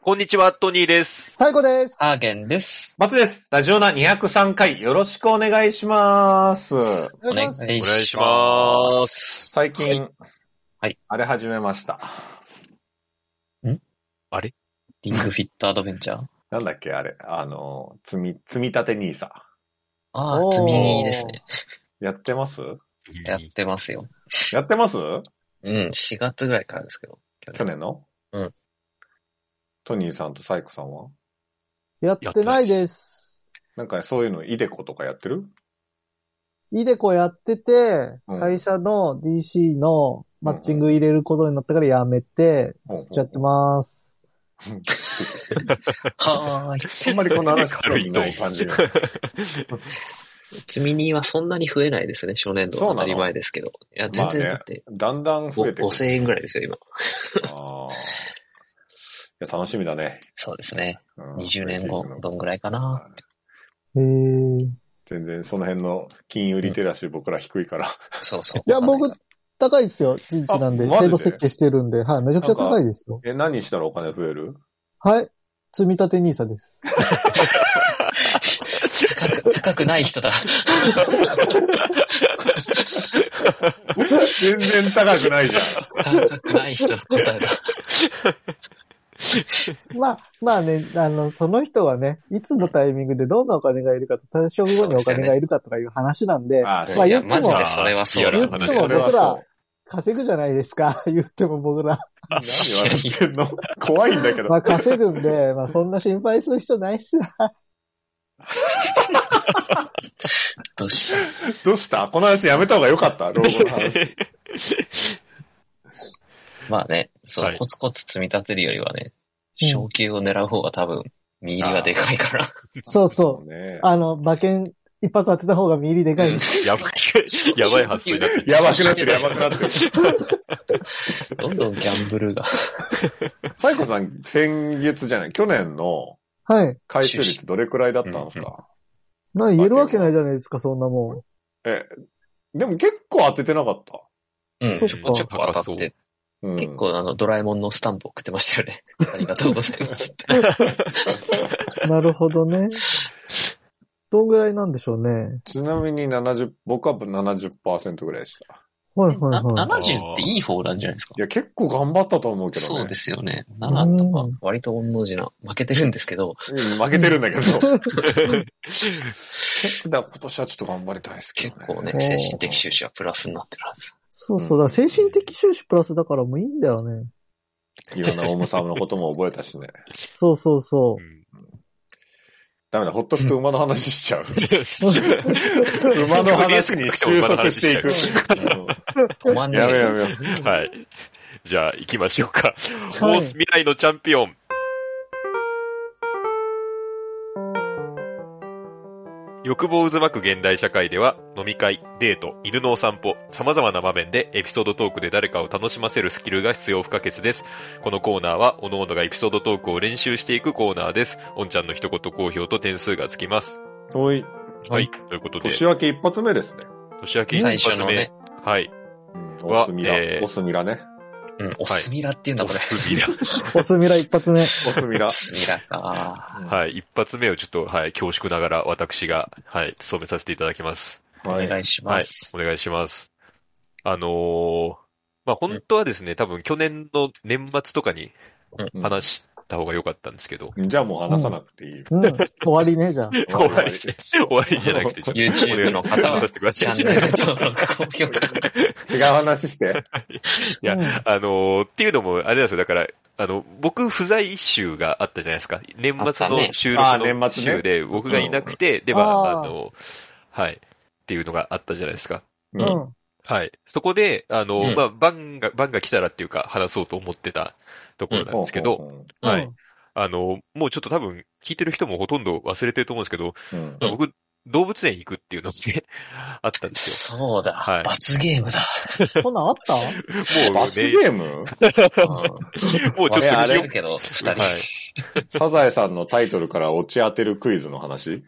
こんにちは、トニーです。 最後です。 アーゲンです。 松です。ラジオナ203回よろしくお願いします。 お願いします。 最近、 はい。 あれ始めました。 あれリングフィットアドベンチャーなんだっけあれ。積み立てNISA。 ああ、積み荷ですね。 やってます？ やってますよ。 やってます？ うん、4月ぐらいからですけど。 去年の？ うん。 トニーさんとサイコさんは？ やってないです。 なんかそういうの、イデコとかやってる？ イデコやってて、会社の DC のマッチング入れることになったからやめて、しちゃってます。 はーい。 あんまりこの話興味ない感じ。 積み荷はそんなに増えないですね、初年度は当たり前ですけど。いや、全然だって、 だんだん増えてくる。 5000円ぐらいですよ、今。 ああ。いや、楽しみだね。 そうですね。20年後、どんぐらいかな。 全然その辺の金融リテラシー僕ら低いから。 そうそう。 いや、僕、高いですよ。人事なんで、制度設計してるんで、はい、めちゃくちゃ高いですよ。 何したらお金増える？ はい。積み立てNISAです。 高くない人だ。 全然高くないじゃん。高くない人の答えだ。 まあね、その人はね、いつのタイミングでどんなお金がいるかと、退職後にお金がいるかとかいう話なんで、 まあ言っても、マジでそれはそうだ。 言っても僕ら、稼ぐじゃないですか。言っても僕ら。 何笑ってんの？怖いんだけど。 まあ稼ぐんで、まあそんな心配する人ないっすよ。 どうしたこの話やめた方がよかった老後の話。 まあね、そう、コツコツ積み立てるよりはね、昇給を狙う方が多分、見入りがでかいから。 そうそう。馬券一発当てた方が見入りでかいです。 やばい発想になってる。 やばくなってる。 どんどんギャンブルが。 サイコさん、去年の、 はい。 回収率どれくらいだったんですか？ 言えるわけないじゃないですか、そんなもん。 でも結構当ててなかった。 うん、ちょこちょこ当たって。結構ドラえもんのスタンプ送ってましたよね。ありがとうございます。 なるほどね。どんぐらいなんでしょうね。 ちなみに僕は 70% ぐらいでした。 はいはいはい。 70っていい方なんじゃないですか？ いや、結構頑張ったと思うけどね。 そうですよね。7とか、割と御の字な。負けてるんですけど。 負けてるんだけど。今年はちょっと頑張りたいですけどね。 結構ね、精神的収支はプラスになってるはず。 そうそうだ、精神的収支プラスだからもういいんだよね。 いろんなオウムさんのことも覚えたしね。 そうそうそう。 ダメだ、ほっとくと馬の話しちゃう。馬の話に収束していく。 止まんねえ。 やめよ。 はい。じゃあ行きましょうか。フォース未来のチャンピオン。欲望渦巻く現代社会では、飲み会、デート、犬のお散歩、様々な場面でエピソードトークで誰かを楽しませるスキルが必要不可欠です。このコーナーは、各々がエピソードトークを練習していくコーナーです。おんちゃんの一言好評と点数がつきます。 はい。 ということで。 年明け一発目ですね。 年明け一発目。 最初のね。 はい。 オスミラね。 うん、オスミラって言うんだ、これ。 オスミラ一発目。 オスミラ。 オスミラか。 はい、一発目をちょっと、恐縮ながら私が、務めさせていただきます。 お願いします。 お願いします。本当はですね、多分去年の年末とかに話した方が良かったんですけど。 じゃあもう話さなくていい。 終わりね、じゃあ。 終わりじゃなくて。 YouTube の方は、チャンネル登録、高評価。 違う話して。 いや、っていうのも、あれなんですよ。だから、僕不在週があったじゃないですか。年末の収録の週で僕がいなくて、で、っていうのがあったじゃないですか。はい。そこで、番が来たらっていうか、話そうと思ってたところなんですけど、はい。もうちょっと多分、聞いてる人もほとんど忘れてると思うんですけど、僕、動物園行くっていうのってあったんですよ。そうだ。はい。罰ゲームだ。 そんなんあった？ もう罰ゲーム？ もうちょっとあれけど、二人。 サザエさんのタイトルから落ち当てるクイズの話？ あっ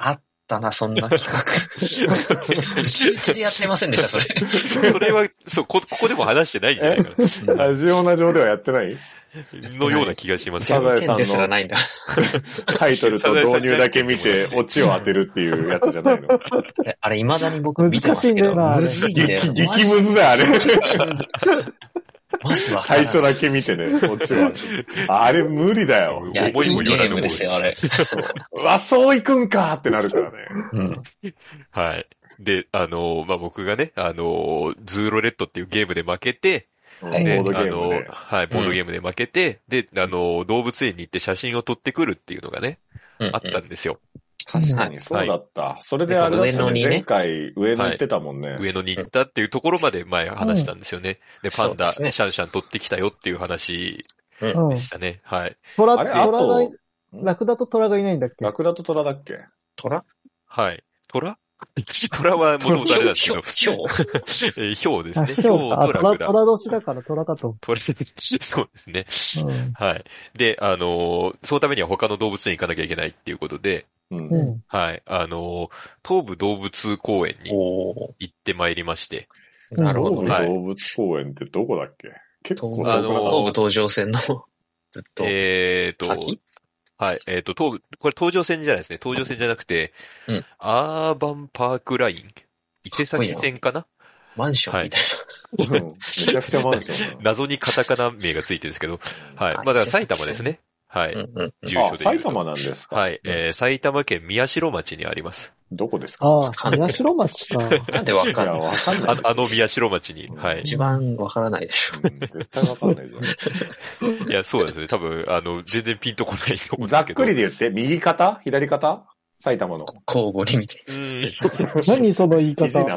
たな、そんな企画。週1でやってませんでした、それ。 それは、そう、ここでも話してないんじゃないかな。 ラジオナ上ではやってないのような気がします。 サザエさんですらないんだ。 タイトルと導入だけ見て、オチを当てるっていうやつじゃないの。 あれ、未だに僕見てますけど、むずいんだよ。 激ムズだよ、あれ。 まずは。 最初だけ見てね、オチを当てる。あれ無理だよ。 いや、いいゲームですよ、あれ。 うわ、そういくんかってなるからね。 うん。 はい。で、まあ、僕がね、ズーロレットっていうゲームで負けて、 はい、ボードゲームで。 はい、ボードゲームで負けて、で、動物園に行って写真を撮ってくるっていうのがね、あったんですよ。 確かにそうだった。それであれだったね、前回上野行ってたもんね。 上野に行ったっていうところまで前話したんですよね。で、パンダ、シャンシャン撮ってきたよっていう話でしたね。はい。 虎が、ラクダと虎がいないんだっけ？ ラクダと虎だっけ？ 虎？ はい。虎はもともとあれなんですけど。 ヒョウですね。ヒョウとラクダ。 虎年だから虎かと。 そうですね。はい。で、そのためには他の動物園行かなきゃいけないっていうことで、はい。東武動物公園に行ってまいりまして。 なるほど。 東武動物公園ってどこだっけ？結構東武東上線のずっと。先？ はい。これ東上線じゃないですね。東上線じゃなくて、アーバンパークライン。伊勢崎線かな？ マンションみたいな。 めちゃくちゃマンション。 謎にカタカナ名がついてるんですけど、はい。まあ、だから埼玉ですね。はい。住所で。 埼玉なんですか？ はい。埼玉県宮代町にあります。 どこですか？ ああ、宮代町か。 なんでわかんない？ わかんない。 宮代町に。はい。 一番わからないでしょ。 絶対わかんないじゃん。いや、そうですね。多分、全然ピンとこないと思うんですけど。 ざっくりで言って、右肩？左肩？埼玉の。 交互に見て。 何その言い方。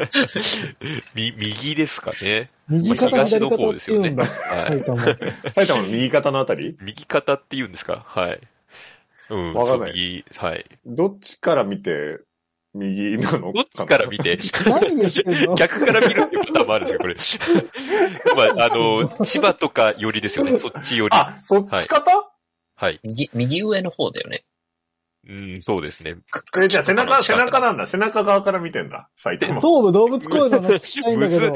右ですかね。 右肩左肩って言うんだ。 埼玉の右肩のあたり？ 右肩って言うんですか？はい。 わかんない。 右、はい。 どっちから見て、右なの？ どっちから見て何言ってんの？ 逆から見るっていうパターンもあるんですよ、これ。まあ、千葉とか寄りですよね。そっち寄り。 あ、そっち方？ はい。 右上の方だよね。 そうですね。 じゃあ背中なんだ。背中側から見てんだ。埼玉。 東武動物公園の話したいんだけど。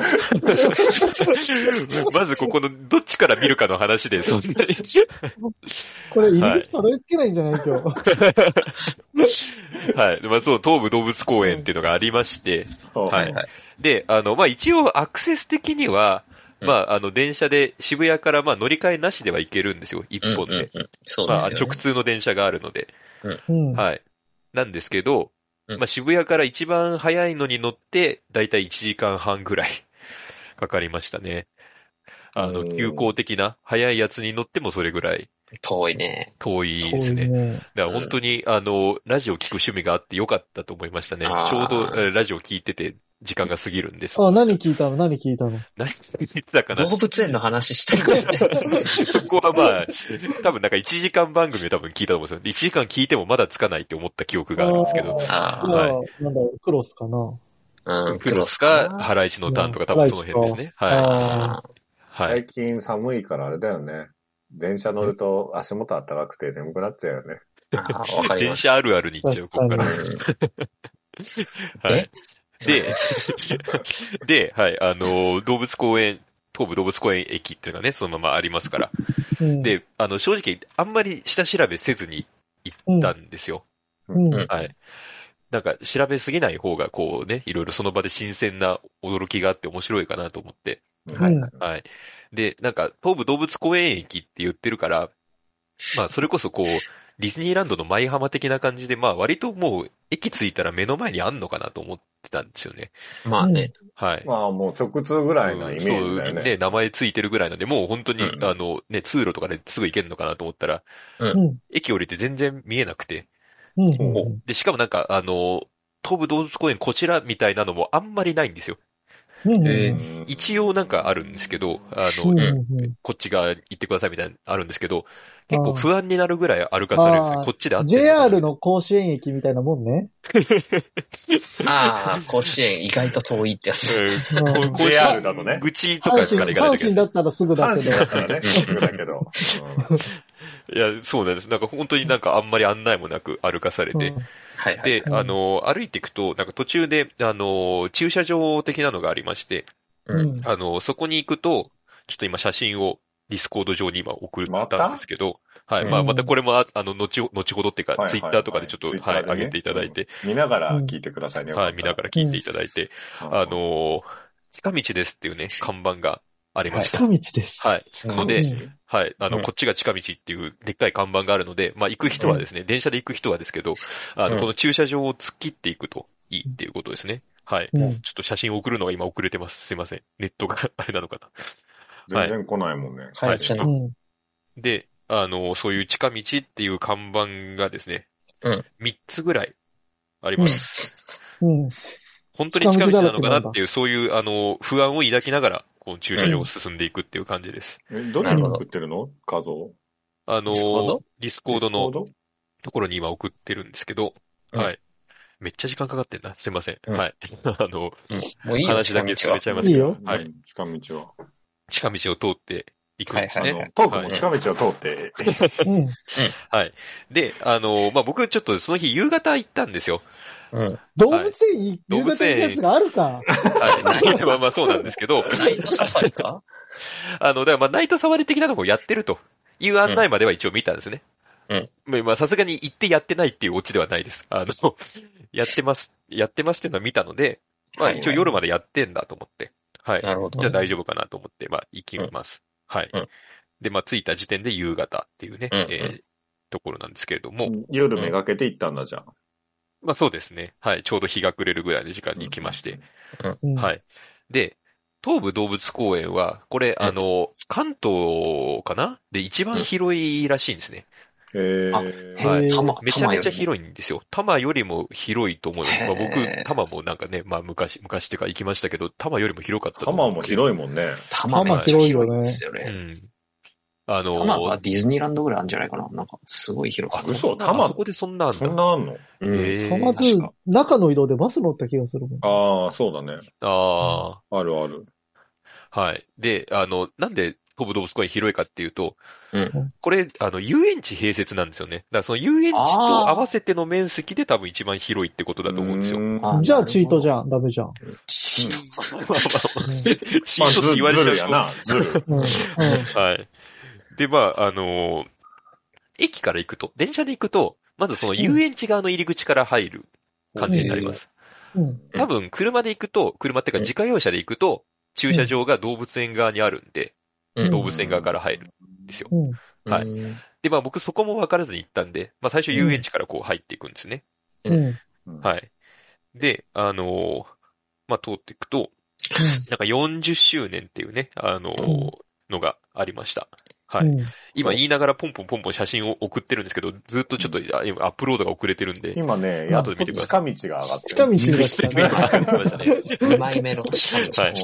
まずここのどっちから見るかの話で、そんなに。 これ入り口たどり着けないんじゃない今日。 はい。まあそう、東武動物公園っていうのがありまして、はい。で、まあ一応アクセス的には、まあ、電車で渋谷からまあ乗り換えなしでは行けるんですよ、一本で。 そうですよね。 まあ直通の電車があるので。はい。なんですけど、まあ渋谷から一番早いのに乗って、だいたい1時間半ぐらいかかりましたね。急行的な早いやつに乗ってもそれぐらい。 遠いね。 遠いですね。だから本当に、ラジオ聞く趣味があってよかったと思いましたね。ちょうどラジオ聞いてて、時間が過ぎるんです。 何聞いたの？何聞いたの？ 何聞いてたかな？ 動物園の話したいんじゃない？ そこはまあ、多分なんか1時間番組を多分聞いたと思うんですよ。1時間聞いてもまだつかないって思った記憶があるんですけど。 はい。なんだろう、クロスかな。 クロスか、ハライチのターンとか多分その辺ですね。はい。 最近寒いからあれだよね。電車乗ると足元暖かくて眠くなっちゃうよね。 わかります。 電車あるあるに行っちゃう、ここから。はい。で、はい、動物公園、東武動物公園駅っていうのがね、そのままありますから。で、正直、あんまり下調べせずに行ったんですよ。はい。なんか、調べすぎない方が、こうね、いろいろその場で新鮮な驚きがあって面白いかなと思って。はい。で、なんか、東武動物公園駅って言ってるから、まあ、それこそこう、ディズニーランドの舞浜的な感じで、まあ割ともう駅着いたら目の前にあんのかなと思ってたんですよね。 まあね。 はい。 まあもう直通ぐらいのイメージだよね。 そうね、名前ついてるぐらいなんで、もう本当に、ね、通路とかですぐ行けるのかなと思ったら、駅降りて全然見えなくて。で、しかもなんか、東武動物公園こちらみたいなのもあんまりないんですよ。一応なんかあるんですけど、こっち側行ってくださいみたいなのあるんですけど、結構不安になるぐらい歩かされるんですよ。こっちであってる。 JR の甲子園駅みたいなもんね。 甲子園意外と遠いってやつ。 JR だとね。 口とかから行かないといけない。 阪神だったらすぐだけど。 阪神だったらね、すぐだけど。 いや、そうなんです。なんか本当になんかあんまり案内もなく歩かされて。 はいはい。 で、歩いていくと、なんか途中で、駐車場的なのがありまして、そこに行くと、ちょっと今写真をディスコード上に今送ったんですけど、はい。まあ、またこれも、後ほどっていうか、ツイッターとかでちょっと、はい、上げていただいて。 見ながら聞いてくださいね。 はい、見ながら聞いていただいて。近道ですっていうね、看板がありました。 近道です。 はい。ので、はい。こっちが近道っていうでっかい看板があるので、まあ、行く人はですね、電車で行く人はですけど、この駐車場を突っ切っていくといいっていうことですね。はい。ちょっと写真を送るのが今遅れてます。すいません。ネットがあれなのかな。全然来ないもんね。 はい。 で、そういう近道っていう看板がですね、3つぐらいあります。本当に近道なのかなっていう、そういう、不安を抱きながら、こう駐車場を進んでいくっていう感じです。 どれに送ってるの画像？ ディスコードのところに今送ってるんですけど、はい。めっちゃ時間かかってんな。すいません。はい。 もういいよ、 話だけ進めちゃいますけど。はい。 近道は。 近道を通っていくんですね。 トークも近道を通って。 はい。で、まあ、僕ちょっとその日夕方行ったんですよ。 動物園夕方行くやつがあるか。 はい。まあそうなんですけど。 ナイトサファリかだからまあナイトサファリ的なのをやってるという案内までは一応見たんですね。まあさすがに行ってやってないっていうオチではないです。やってますっていうのは見たので、まあ一応夜までやってんだと思って。はい。なるほど。じゃあ大丈夫かなと思って、まあ行きます。はい。で、まあ着いた時点で夕方っていうね、ところなんですけれども。 夜めがけて行ったんだじゃん。 まあそうですね。はい。ちょうど日が暮れるぐらいの時間に行きまして。はい。で、東武動物公園は、これ、関東かなで一番広いらしいんですね。はい。めちゃめちゃ広いんですよ。多摩よりも広いと思います。まあ僕、多摩もなんかね、まあ昔ってか行きましたけど、多摩よりも広かったと思う。 多摩も広いもんね。 多摩広いよね。 多摩はディズニーランドぐらいあるんじゃないかな。なんか、すごい広さ。 嘘、多摩そこでそんなあんだ。 そんなあんの？ まず、中の移動でバス乗った気がするもん。 ああ、そうだね。 あるある。 はい。で、なんで東武動物公園広いかっていうと、これ、遊園地併設なんですよね。だからその遊園地と合わせての面積で多分一番広いってことだと思うんですよ。 じゃあチートじゃん。ダメじゃん。 チート。 チートって言われちゃうと。 ずるやな。ずる。 はい。で、まあ、駅から行くと、電車で行くと、まずその遊園地側の入り口から入る感じになります。多分、車で行くと、車っていうか自家用車で行くと、駐車場が動物園側にあるんで、動物園側から入るんですよ。はい。で、まあ僕そこも分からずに行ったんで、まあ最初遊園地からこう入っていくんですね。はい。で、まあ通っていくと、なんか40周年っていうね、のがありました。はい。今言いながらポンポン写真を送ってるんですけど、ずっとちょっと今アップロードが遅れてるんで。 今ね、やっと近道が上がってる。 近道が来たね。 2枚目の近道。 はい。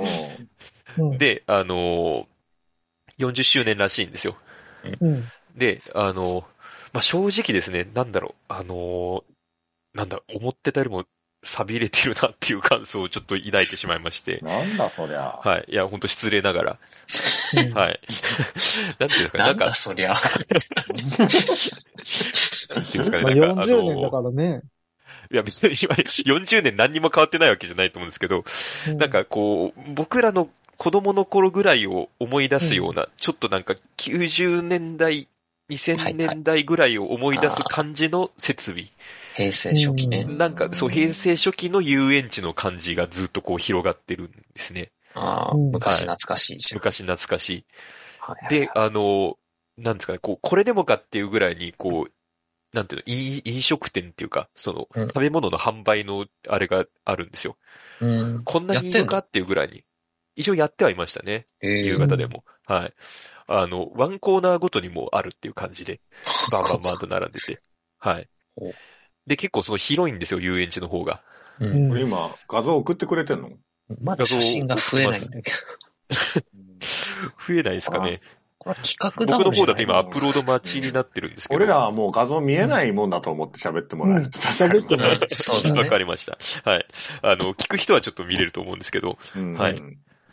で、40周年らしいんですよ。で、まあ、正直ですね、なんだろう、思ってたよりも錆びれてるなっていう感想をちょっと抱いてしまいまして。 なんだそりゃ。 はい。いや、ほんと失礼ながら。はい。なんていうんですかね。 なんだそりゃ。 なんていうんですかね。 40年だからね。 いや、別に今40年何にも変わってないわけじゃないと思うんですけど、なんかこう、僕らの子供の頃ぐらいを思い出すような、ちょっとなんか90年代、2000年代ぐらいを思い出す感じの設備。 平成初期ね。 なんかそう、平成初期の遊園地の感じがずっとこう広がってるんですね。 昔懐かしいじゃん。 昔懐かしい。で、なんですかね、これでもかっていうぐらいに、こう、なんていうの、飲食店っていうか、その、食べ物の販売のあれがあるんですよ。こんなにいいのかっていうぐらいに。一応やってはいましたね。夕方でも。はい。ワンコーナーごとにもあるっていう感じで、バンと並んでて。はい。で、結構その広いんですよ、遊園地の方が。 今、画像送ってくれてんの？ まだ写真が増えないんだけど。 増えないですかね。 これ企画だ僕の方だと今アップロード待ちになってるんですけど。 俺らはもう画像見えないもんだと思って喋ってもらえると。 喋ってもらえる。 そうだね。 わかりました。はい。聞く人はちょっと見れると思うんですけど。はい。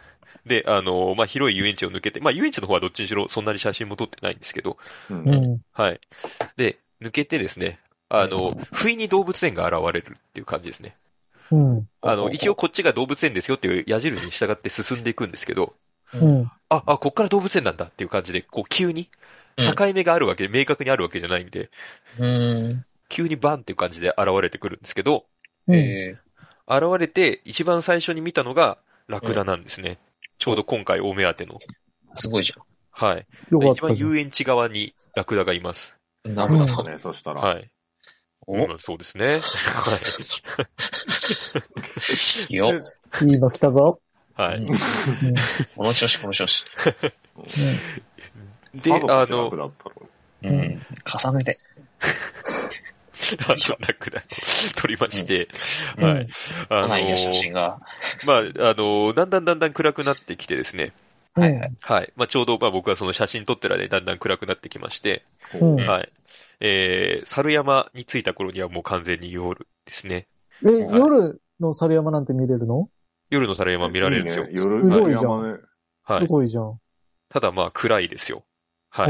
で、まあ、広い遊園地を抜けて、まあ、遊園地の方はどっちにしろそんなに写真も撮ってないんですけど、はい。で、抜けてですね、不意に動物園が現れるっていう感じですね。一応こっちが動物園ですよっていう矢印に従って進んでいくんですけど、こっから動物園なんだっていう感じで、こう急に、境目があるわけ、明確にあるわけじゃないんで、急にバンっていう感じで現れてくるんですけど、現れて一番最初に見たのがラクダなんですね。ちょうど今回お目当ての。 すごいじゃん。 はい。一番遊園地側にラクダがいます。 なるほどね、そしたら。 はい。そうですね。 はい。よ。 いいの来たぞ。 はい。 この調子。 で、 重ねて。 ラクダ撮りまして、はい。 写真が。 まあ、だんだん暗くなってきてですね。 はい。 まあ、ちょうど、まあ僕はその写真撮ってらでだんだん暗くなってきまして、はい。猿山に着いた頃にはもう完全に夜ですね。 夜の猿山なんて見れるの？ 夜の猿山見られるんですよ。 夜の猿山ね。すごいじゃん。 ただまあ暗いですよ。はい。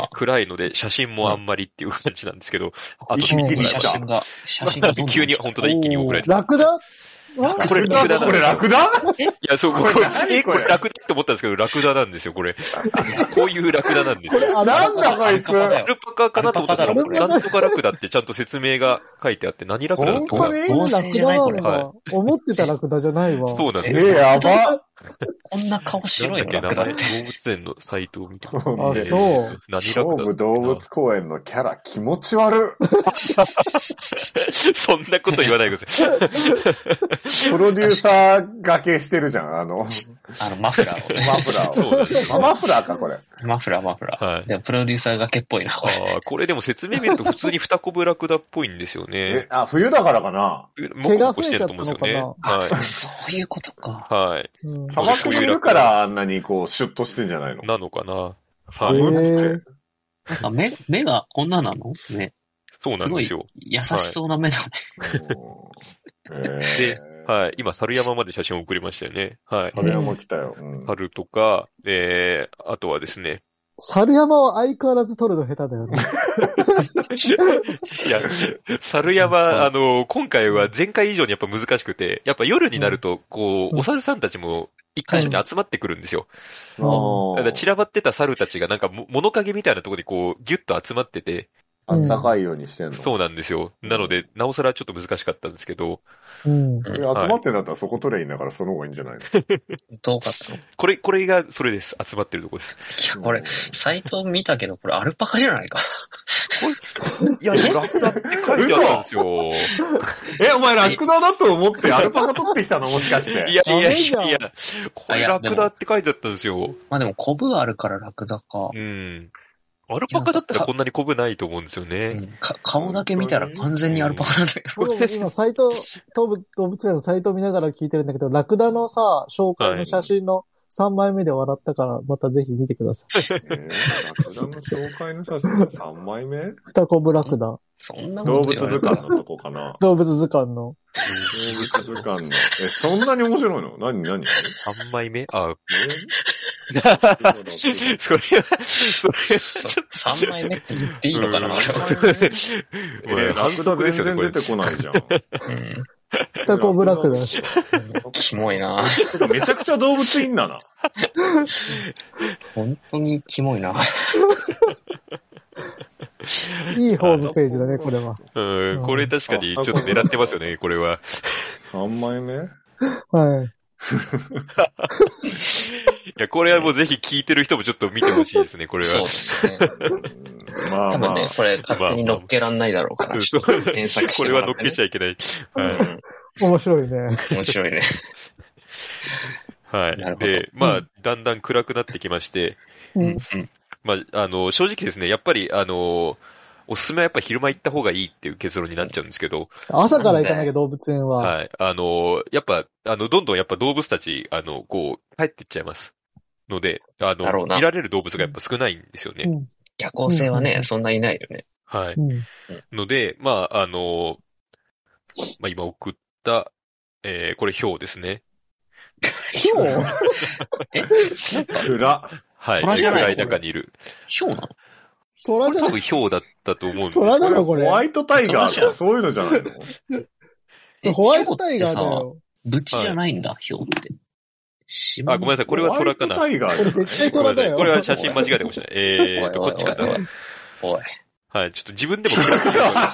暗いので写真もあんまりっていう感じなんですけど、 あと写真が急に本当だ一気に送られて。 ラクダ？ これラクダ？ いや、そう、これラクダって思ったんですけど、ラクダなんですよ、これ。こういうラクダなんですよ。 なんだこいつ。 アルパカかなと思ったら、なんとかラクダってちゃんと説明が書いてあって、何ラクダだった本当にラクダなんだ。思ってたラクダじゃないわ。 そうなんですよ。 やば。 こんな顔白いラクダって。 動物園のサイトを見て。 そう。 何ラクダ勝負動物公園のキャラ気持ち悪そんなこと言わないでください。 プロデューサーがけしてるじゃん、 マフラーをね。 マフラーを。マフラーか、これ。 マフラー。はい。でも、プロデューサーがけっぽいな、これ。 これでも説明見ると普通に二コブラクダっぽいんですよね。 冬だからかな？ 毛が増えちゃったのかな？ はい。 そういうことか。 はい。 砂漠にいるからあんなにこう、シュッとしてんじゃないの？ なのかな？ はい。目がこんななのね。 そうなんですよ。 優しそうな目だね。 で、はい。今、猿山まで写真を送りましたよね。はい。 猿山来たよ。 猿とか、あとはですね。 猿山は相変わらず撮るの下手だよね。 いや、猿山、今回は前回以上にやっぱ難しくて、やっぱ夜になると、こう、お猿さんたちも一箇所に集まってくるんですよ。だから散らばってた猿たちがなんか物陰みたいなところにこう、ギュッと集まってて、 あったかいようにしてんの？ そうなんですよ。なので、なおさらちょっと難しかったんですけど。 集まってんだったらそこ取れいいんだからその方がいいんじゃないの？ どうかったの？ これがそれです。集まってるとこです。 いや、これ、サイト見たけど、これアルパカじゃないか。 いや、ラクダって書いてあったんですよ。 お前ラクダだと思ってアルパカ取ってきたのもしかして。 いや、これラクダって書いてあったんですよ。 まあでも、コブあるからラクダか。 アルパカだったらこんなにコブないと思うんですよね。 顔だけ見たら完全にアルパカなんだけど。今、動物園のサイトを見ながら聞いてるんだけど、ラクダのさ、紹介の写真の3枚目で笑ったから、またぜひ見てください。 ラクダの紹介の写真の3枚目？ 二コブラクダ。 そんな動物図鑑のとこかな？ 動物図鑑の。 動物図鑑の。そんなに面白いの？何 ?3 枚目？ それは、 3枚目って言っていいのかな？ ラクダ全然出てこないじゃん。 二コブラクダ。 キモいな。 めちゃくちゃ動物いいんだな。 本当にキモいな。 いいホームページだね、これは。 これ確かにちょっと狙ってますよね、これは。 3枚目？ はい。 いや、これはもうぜひ聞いてる人もちょっと見てほしいですね、これは。 そうですね。多分ね、これ勝手に乗っけらんないだろうから。検索してこれは乗っけちゃいけない。 面白いね。 面白いね。 はい。で、まあ、だんだん暗くなってきまして、まあ、正直ですね、やっぱり、おすすめはやっぱり昼間行った方がいいっていう結論になっちゃうんですけど。 朝から行かなきゃ動物園は。 はい。やっぱ、どんどんやっぱ動物たち、こう、帰っていっちゃいます。ので、見られる動物がやっぱ少ないんですよね。 夜行性はね、そんないないよね。 はい。ので、まあ、まあ今送った、これ表ですね。 ヒョウ暗。 はい。 虎じゃない暗い中にいる。 ヒョウなの？ 虎じゃない多分ヒョウだったと思うんです虎だろ、これ。 ホワイトタイガーとかそういうのじゃないの？ ホワイトタイガーだよ。 ブチじゃないんだ、ヒョウって。 あ、ごめんなさい。これは虎かな。 ホワイトタイガー。 これ絶対虎だよ。 これは写真間違えてましたね。こっちかな。 おい。 はい。ちょっと自分でも暗く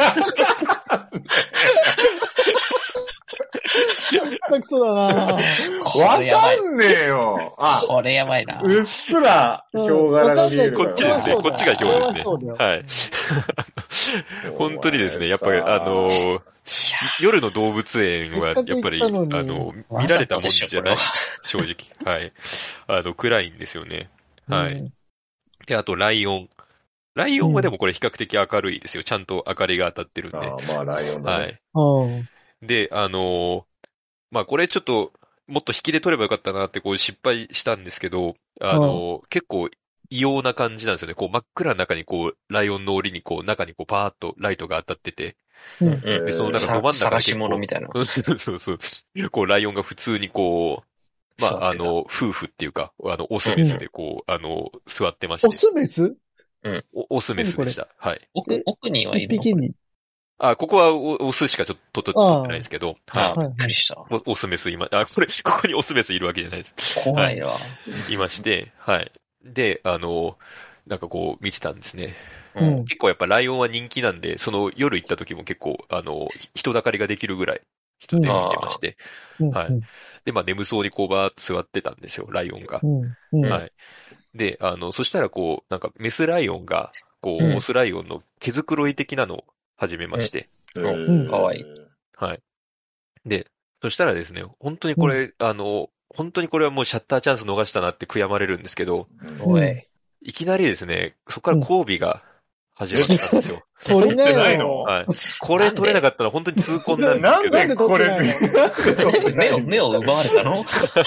下手くそだなわかんねえよ。 これやばいな。 うっすら、ヒョウ柄が見える。 こっちですね。こっちがヒョウですね。はい。本当にですね、やっぱり夜の動物園は、やっぱり、見られたもんじゃない。正直。はい。暗いんですよね。はい。で、あと、ライオン。ライオンはでもこれ比較的明るいですよ。ちゃんと明かりが当たってるんで。 まあ、ライオンだね。 はい。で、まあ、これちょっと、もっと引きで撮ればよかったなってこう失敗したんですけど、結構異様な感じなんですよね。こう真っ暗な中にこう、ライオンの檻にこう、中にこうパーッとライトが当たってて、で、そのなんかど真ん中に。 晒し物みたいな。 そうそう。こう、ライオンが普通にこう、まあ、夫婦っていうか、オスメスでこう、座ってまして。 オスメス？ うん。オスメスでした。はい。 奥にはいるの？ 一匹に。 ここはオスしかちょっと撮ってないですけど。 はい。びっくりした。 オスメスここにオスメスいるわけじゃないです。 怖いわ。 いまして、はい。で、なんかこう見てたんですね。結構やっぱライオンは人気なんで、その夜行った時も結構、人だかりができるぐらい人で見てまして。はい。で、まあ眠そうにこうバーっと座ってたんですよ、ライオンが。はい。で、そしたらこう、なんかメスライオンが、こう、オスライオンの毛づくろい的なのを始めまして。 かわいい。 はい。で、そしたらですね、本当にこれ、本当にこれはもうシャッターチャンス逃したなって悔やまれるんですけど、いきなりですね、そこから交尾が始まったんですよ。 取れないの？ はい。これ取れなかったら本当に痛恨なんですけど。 なんでこれ目を奪われたの？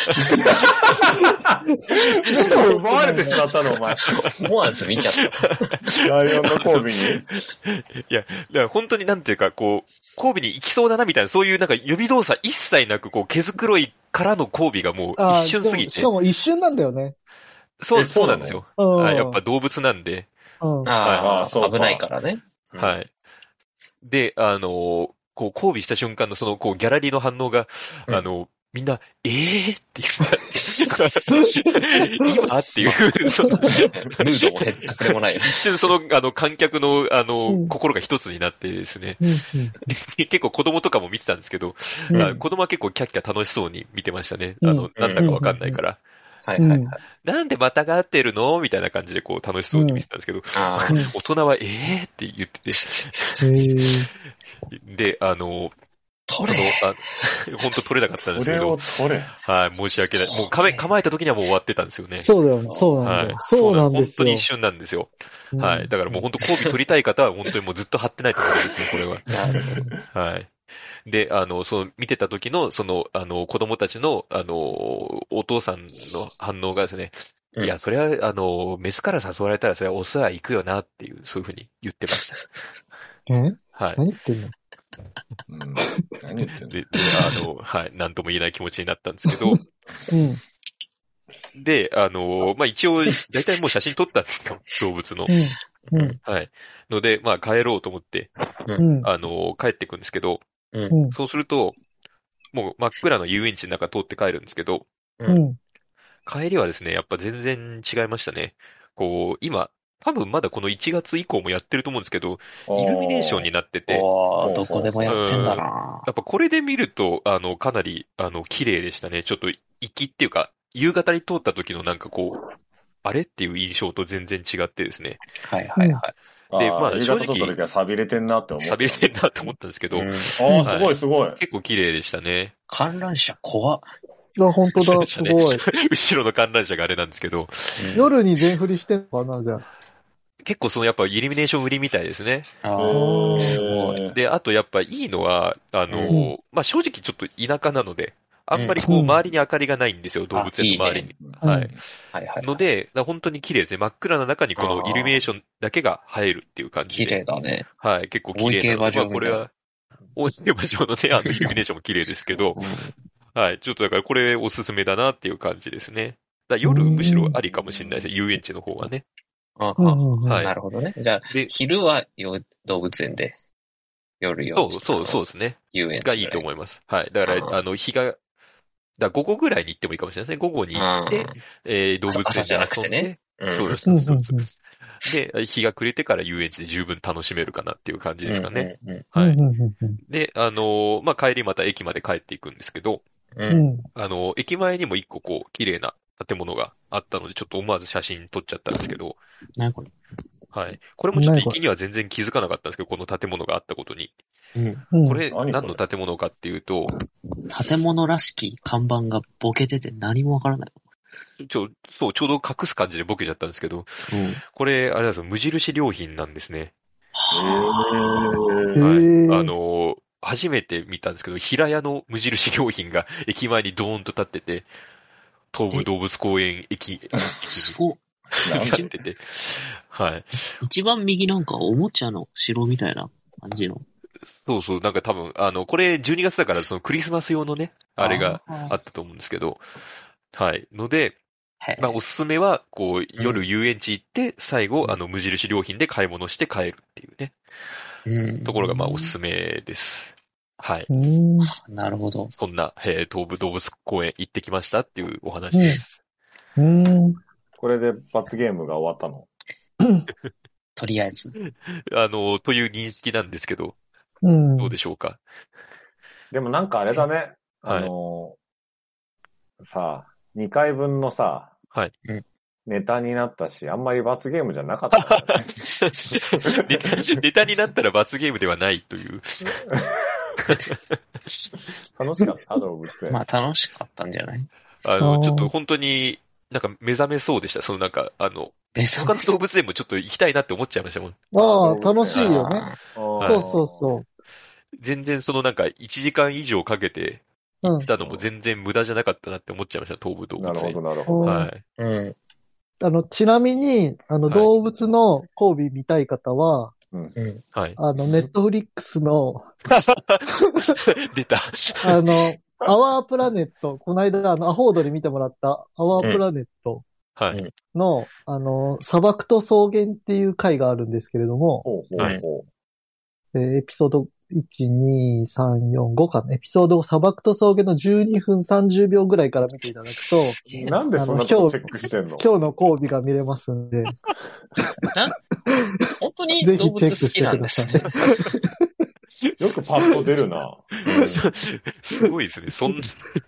目を奪われてしまったの、お前。 思わず見ちゃった。 ライオンの交尾に？ いや、だから本当になんていうか、こう、交尾に行きそうだなみたいな、そういうなんか予備動作一切なく、こう、毛づくろいからの交尾がもう一瞬すぎて。 しかも一瞬なんだよね。 そうなんですよ。やっぱ動物なんで。 危ないからね。 はい。で、こう、交尾した瞬間のその、こう、ギャラリーの反応が、みんな、って言った。今っていう、 ムードもへったくれもない。 一瞬その、観客の、心が一つになってですね。結構子供とかも見てたんですけど、子供は結構キャッキャ楽しそうに見てましたね。なんだかわかんないから。 はいはいはい。 なんでまたがってるのみたいな感じでこう楽しそうに見てたんですけど、大人はって言ってて。で、 取れ本当取れなかったんですけど。 それを取れ。 はい、申し訳ない。もう構えた時にはもう終わってたんですよね。 そうだよ、そうなんだよ。そうなんですよ。 本当に一瞬なんですよ。はい。だからもう本当交尾取りたい方は本当にもうずっと張ってないと思うんですね、これは。 なるほど。 はい。で、その見てた時の、その、子供たちの、お父さんの反応がですね、いや、それは、メスから誘われたらそれはオスは行くよなっていう、そういうふうに言ってました。はい。 何言ってんの？ 何言ってんの？ で、はい、なんとも言えない気持ちになったんですけど、で、まあ、一応、だいたいもう写真撮ったんですよ、動物の。はい。ので、まあ、帰ろうと思って、帰ってくんですけど、そうすると、もう真っ暗の遊園地の中通って帰るんですけど、帰りはですね、やっぱ全然違いましたね。こう、今、多分まだこの1月以降もやってると思うんですけど、イルミネーションになってて。 どこでもやってんだな。 やっぱこれで見ると、かなり、綺麗でしたね。ちょっと、粋っていうか、夕方に通った時のなんかこう、あれっていう印象と全然違ってですね。 はいはいはい。 で、まあ、正直。撮った時は錆びれてんなって思った。 錆びれてんなって思ったんですけど。 すごいすごい。 結構綺麗でしたね。 観覧車怖っ。 いや、本当だ、すごい。 後ろの観覧車があれなんですけど。 夜に全振りしてんのかな、じゃあ。 結構やっぱイルミネーション売りみたいですね。 すごい。 で、あとやっぱいいのは、まあ、正直ちょっと田舎なので、あんまりこう周りに明かりがないんですよ、動物園の周りに。はい。ので、本当に綺麗ですね。真っ暗な中にこのイルミネーションだけが映えるっていう感じで。 綺麗だね。 はい、結構綺麗なので。まあこれは、大井競馬場のね、イルミネーションも綺麗ですけど、 はい。ちょっとだからこれおすすめだなっていう感じですね。夜むしろありかもしれないですよ。遊園地の方がね。 はい。なるほどね。じゃあ、昼は動物園で、夜そうですね。 遊園地がいいと思います。はい。だから、日が、午後ぐらいに行ってもいいかもしれないですね。午後に行って、動物園で遊んで、そうです。で、日が暮れてから遊園地で十分楽しめるかなっていう感じですかね。はい。で、帰りまた駅まで帰っていくんですけど、駅前にも一個綺麗な建物があったので、ちょっと思わず写真撮っちゃったんですけど、 何これ？ はい。これもちょっと行きには全然気づかなかったんですけど、この建物があったことに。これ、何の建物かっていうと、 建物らしき看板がボケてて何もわからない。 ちょうど隠す感じでボケちゃったんですけど、これ、あれなんですよ、無印良品なんですね。はい。初めて見たんですけど、平屋の無印良品が駅前にドーンと立ってて、東武動物公園駅すごっ。 なってて。はい。 一番右なんかおもちゃの城みたいな感じの。 そう、なんか多分、これ12月だからそのクリスマス用のね、あれがあったと思うんですけど、はい。ので、おすすめは、夜遊園地行って、最後、無印良品で買い物して帰るっていうね。ところが、おすすめです。はい。 なるほど。 そんな、東武動物公園行ってきましたっていうお話です。 これで罰ゲームが終わったの？ とりあえず。 という認識なんですけど、どうでしょうか。 でもなんかあれだね。さあ、2回分のさ、 はい。 ネタになったし、あんまり罰ゲームじゃなかったからね。 ネタになったら罰ゲームではないという。 楽しかった動物園。 まあ楽しかったんじゃない？ ちょっと本当になんか目覚めそうでした。他の動物園もちょっと行きたいなって思っちゃいましたもん。 ああ、楽しいよね。そう。 全然なんか1時間以上かけて行ったのも全然無駄じゃなかったなって思っちゃいました、東武動物園。 なるほど。 はい。 ちなみに、動物の交尾見たい方は、 はい。 ネットフリックスの、 出た。 アワープラネット、この間、アホードで見てもらったアワープラネットの、砂漠と草原っていう回があるんですけれども、エピソード1、2、3、4、5かな。エピソードを砂漠と草原の12分30秒ぐらいから見ていただくと、 なんでそんなことチェックしてんの？ 今日の交尾が見れますんで。 本当に動物好きなんですね。 よくパッと出るな。 すごいですね。そんな。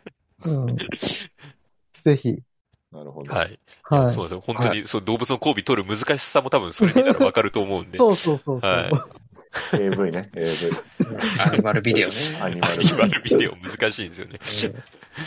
ぜひ。 なるほど。 はい。そうですよ。本当に、動物の交尾取る難しさも多分それ見たらわかると思うんで。 そう。 はい。AV ね、AV。 アニマルビデオね。 アニマルビデオ難しいんですよね。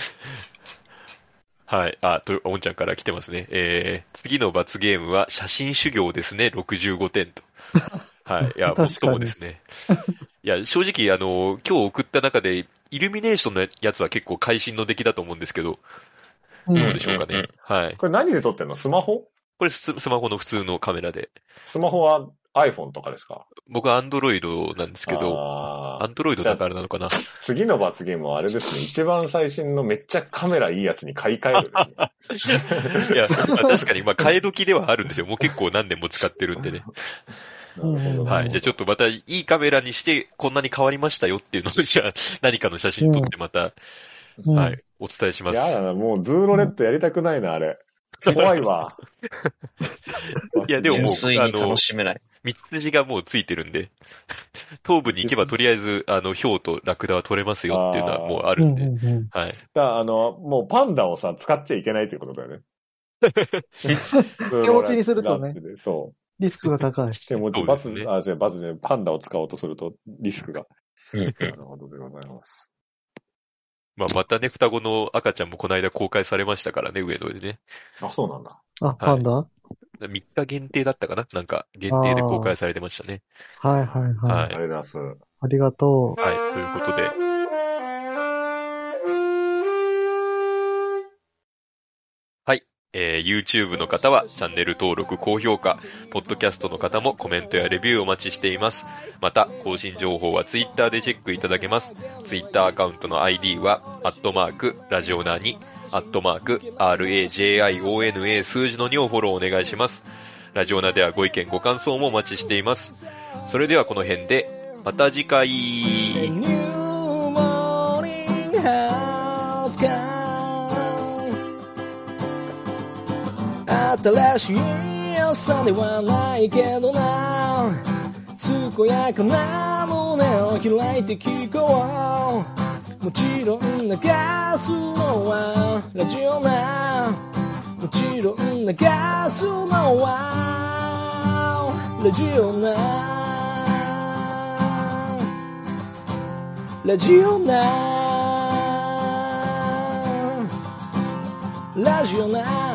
はい。おんちゃんから来てますね。次の罰ゲームは写真修行ですね、65点と。はい。いや、もっともですね。いや、正直、今日送った中で、イルミネーションのやつは結構会心の出来だと思うんですけど、どうでしょうかね。はい。 これ何で撮ってんの？スマホ？ これスマホの普通のカメラで。 スマホは iPhone とかですか？ 僕は Android なんですけど、Android だからなのかな。 次の罰ゲームはあれですね。一番最新のめっちゃカメラいいやつに買い替えるですね。いや、確かに、替え時ではあるんですよ。もう結構何年も使ってるんでね。 なるほど。 はい。じゃあちょっとまたいいカメラにしてこんなに変わりましたよっていうのを、じゃあ何かの写真撮ってまた、はい、お伝えします。 やだな、もうズーロレッドやりたくないな、あれ。怖いわ。 いや、でももう、 純粋に楽しめない。 三つ筋がもうついてるんで、東部に行けばとりあえず、ヒョウとラクダは取れますよっていうのはもうあるんで。はい。 もうパンダをさ、使っちゃいけないっていうことだよね。 手持ちにするとね。 そう。 リスクが高い。 手持ち、バツじゃパンダを使おうとするとリスクが。なるほどでございます。 またね、双子の赤ちゃんもこの間公開されましたからね、上野でね。 あ、そうなんだ。 パンダ ？3日限定だったかな？なんか、限定で公開されてましたね。 はい。 ありがとうございます。 ありがとう。 はい、ということで。はい、 YouTube の方はチャンネル登録、高評価、ポッドキャストの方もコメントやレビューお待ちしています。また、更新情報は Twitter でチェックいただけます。Twitter アカウントの ID は、ラジオナに、RAJIONA 数字の2をフォローお願いします。ラジオナではご意見ご感想もお待ちしています。それではこの辺で、また次回。新しい朝ではないけどな、健やかな胸を開いて聞こう。もちろん流すのはラジオな、もちろん流すのはラジオな、ラジオな、ラジオな。